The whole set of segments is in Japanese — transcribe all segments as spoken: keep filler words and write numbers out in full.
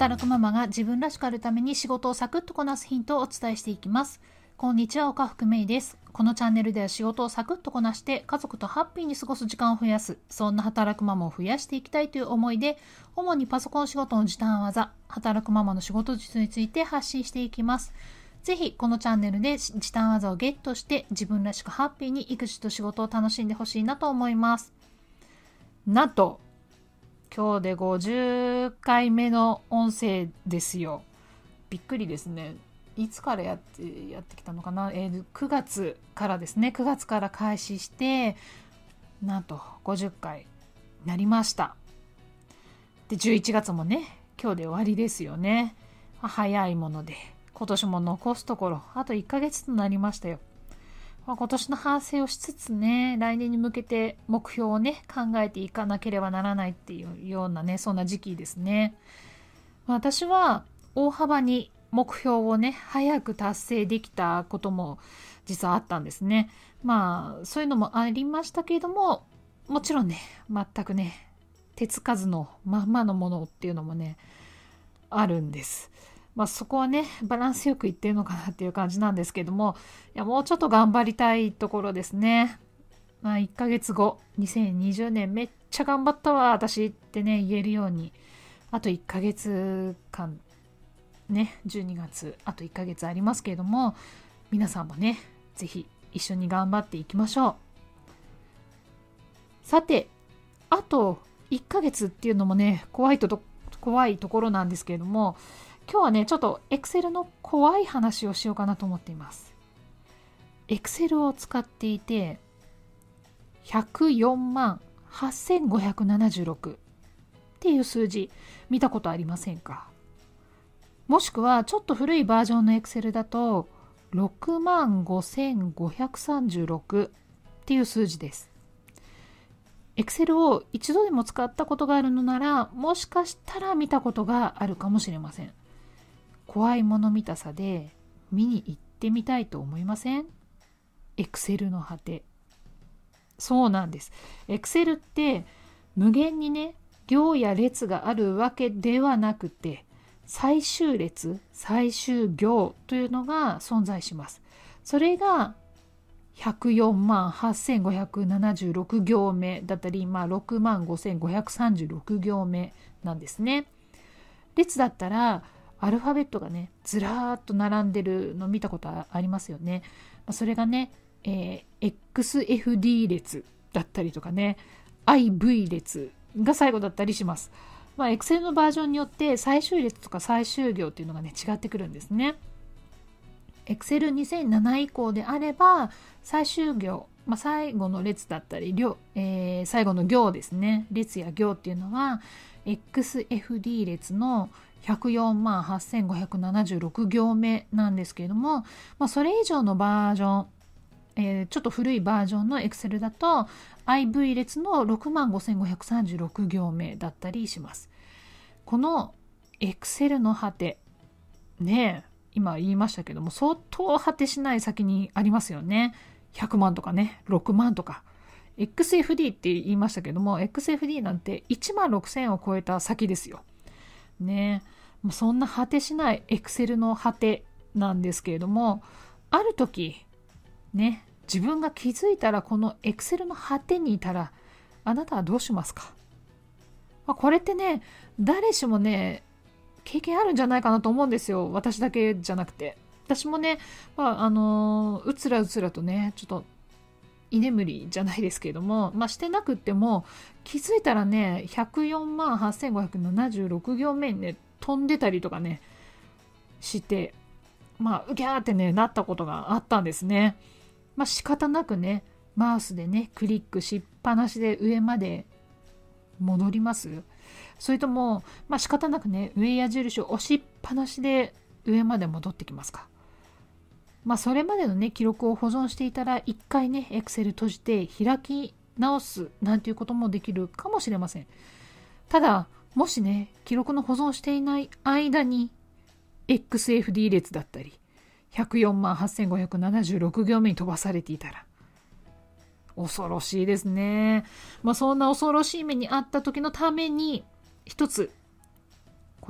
働くママが自分らしくあるために仕事をサクッとこなすヒントをお伝えしていきます。こんにちは、岡福芽衣です。このチャンネルでは仕事をサクッとこなして家族とハッピーに過ごす時間を増やす、そんな働くママを増やしていきたいという思いで、主にパソコン仕事の時短技、働くママの仕事術について発信していきます。ぜひこのチャンネルで時短技をゲットして自分らしくハッピーに育児と仕事を楽しんでほしいなと思います。なんと今日でごじゅっかいめの音声ですよ。びっくりですね。いつからやってやってきたのかな、えー、くがつからですね。くがつから開始してなんとごじゅっかいになりました。でじゅういちがつもね今日で終わりですよね。早いもので今年も残すところあといっかげつとなりましたよ。まあ、今年の反省をしつつね、来年に向けて目標をね考えていかなければならないっていうようなね、そんな時期ですね。まあ、私は大幅に目標をね早く達成できたことも実はあったんですね。まあそういうのもありましたけれども、もちろんね全くね手つかずのまんまのものっていうのもねあるんです。まあ、そこはねバランスよくいってるのかなっていう感じなんですけども、いやもうちょっと頑張りたいところですね。まあ、いっかげつごにせんにじゅうねんめっちゃ頑張ったわ私ってね言えるように、あといっかげつかんね、じゅうにがつあといっかげつありますけれども、皆さんもねぜひ一緒に頑張っていきましょう。さてあといっかげつっていうのもね怖いとと怖いところなんですけれども、今日はねちょっと Excel の怖い話をしようかなと思っています。 Excel を使っていてひゃくよんまんはっせんごひゃくななじゅうろくっていう数字見たことありませんか？もしくはちょっと古いバージョンの Excel だとろくまんごせんごひゃくさんじゅうろくっていう数字です。Excel を一度でも使ったことがあるのなら、もしかしたら見たことがあるかもしれません。怖いもの見たさで見に行ってみたいと思いません？ Excel の果て。そうなんです。Excel って無限にね行や列があるわけではなくて、最終列最終行というのが存在します。それがひゃくよんまんはっせんごひゃくななじゅうろく行目だったり、まあ、ろくまんごせんごひゃくさんじゅうろく行目なんですね。列だったらアルファベットがねずらーっと並んでるの見たことありますよね。それがね、えー、エックスエフディー 列だったりとかね アイブイ 列が最後だったりします。まあ、Excel のバージョンによって最終列とか最終行っていうのがね違ってくるんですね。エクセルにせんなな 以降であれば最終行、まあ、最後の列だったり行、えー、最後の行ですね、列や行っていうのは エックスエフディー 列のひゃくよんまんはっせんごひゃくななじゅうろく行目なんですけれども、まあ、それ以上のバージョン、えー、ちょっと古いバージョンの Excel だと アイブイ 列のろくまんごせんごひゃくさんじゅうろく行目だったりします。この Excel の果てねえ今言いましたけども相当果てしない先にありますよね。ひゃくまんとかねろくまんとか エックスエフディー って言いましたけども エックスエフディー なんていちまんろくせんを超えた先ですよね。もうそんな果てしない Excel の果てなんですけれども、ある時ね自分が気づいたらこの Excel の果てにいたらあなたはどうしますか？まあ、これってね誰しもね経験あるんじゃないかなと思うんですよ。私だけじゃなくて私もね、まあ、あのうつらうつらとねちょっと居眠りじゃないですけれども、まあ、してなくっても気づいたらねひゃくよんまんはっせんごひゃくななじゅうろく行目にね飛んでたりとかねしてまあうぎゃーってねなったことがあったんですね。まあ仕方なくねマウスでねクリックしっぱなしで上まで戻ります？それともまあ仕方なくね上矢印を押しっぱなしで上まで戻ってきますか？まあそれまでのね記録を保存していたら一回ね Excel 閉じて開き直すなんていうこともできるかもしれません。ただもしね記録の保存していない間に エックスエフディー 列だったりひゃくよんまんはっせんごひゃくななじゅうろく行目に飛ばされていたら恐ろしいですね。まあそんな恐ろしい目にあった時のために一つこ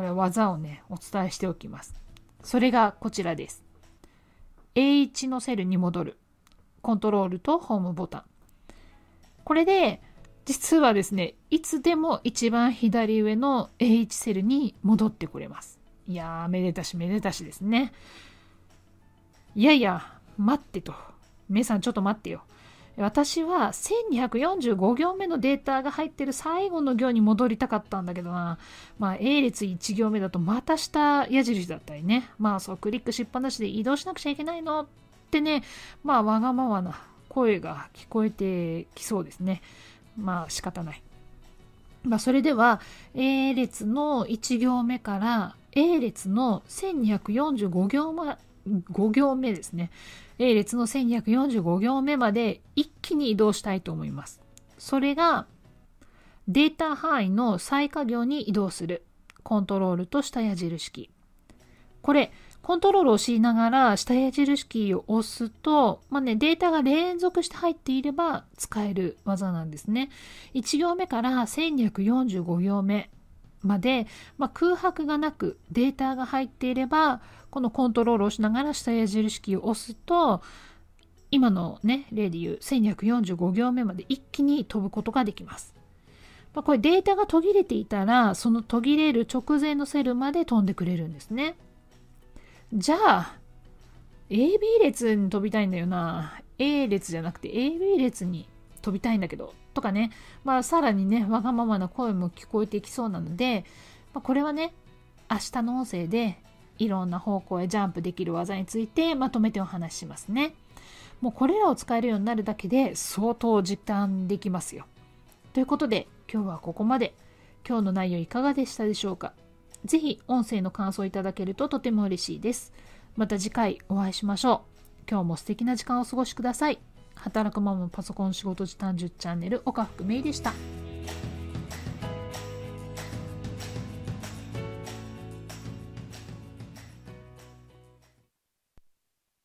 これは技をね、お伝えしておきます。それがこちらです。エーワン のセルに戻る。コントロールとホームボタン。これで、実はですね、いつでも一番左上の エーワン セルに戻ってくれます。いやー、めでたしめでたしですね。いやいや、待ってと。皆さんちょっと待ってよ。私はせんにひゃくよんじゅうご行目のデータが入ってる最後の行に戻りたかったんだけどな。まあ A 列いち行目だとまた下矢印だったりね。まあそうクリックしっぱなしで移動しなくちゃいけないのってね。まあわがままな声が聞こえてきそうですね。まあ仕方ない。まあそれでは A 列のいち行目から A 列のせんにひゃくよんじゅうご行目ご行目ですね。A 列のせんにひゃくよんじゅうご行目まで一気に移動したいと思います。それがデータ範囲の最下行に移動する。コントロールと下矢印キー。これ、コントロールをしながら下矢印キーを押すと、まあね、データが連続して入っていれば使える技なんですね。いち行目からせんにひゃくよんじゅうご行目まで、まあ、空白がなくデータが入っていれば、このコントロールをしながら下矢印キーを押すと、今のね、例で言うせんにひゃくよんじゅうご行目まで一気に飛ぶことができます。まあ、これデータが途切れていたら、その途切れる直前のセルまで飛んでくれるんですね。じゃあ、エービー 列に飛びたいんだよな。A 列じゃなくて エービー 列に飛びたいんだけど。とかね、まあさらにね、わがままな声も聞こえてきそうなので、まあ、これはね、明日の音声でいろんな方向へジャンプできる技についてまとめてお話ししますね。もうこれらを使えるようになるだけで相当実感できますよ。ということで、今日はここまで。今日の内容いかがでしたでしょうか。ぜひ音声の感想いただけるととても嬉しいです。また次回お会いしましょう。今日も素敵な時間をお過ごしください。働くママのパソコン仕事時短じゅうチャンネル岡福芽衣でした。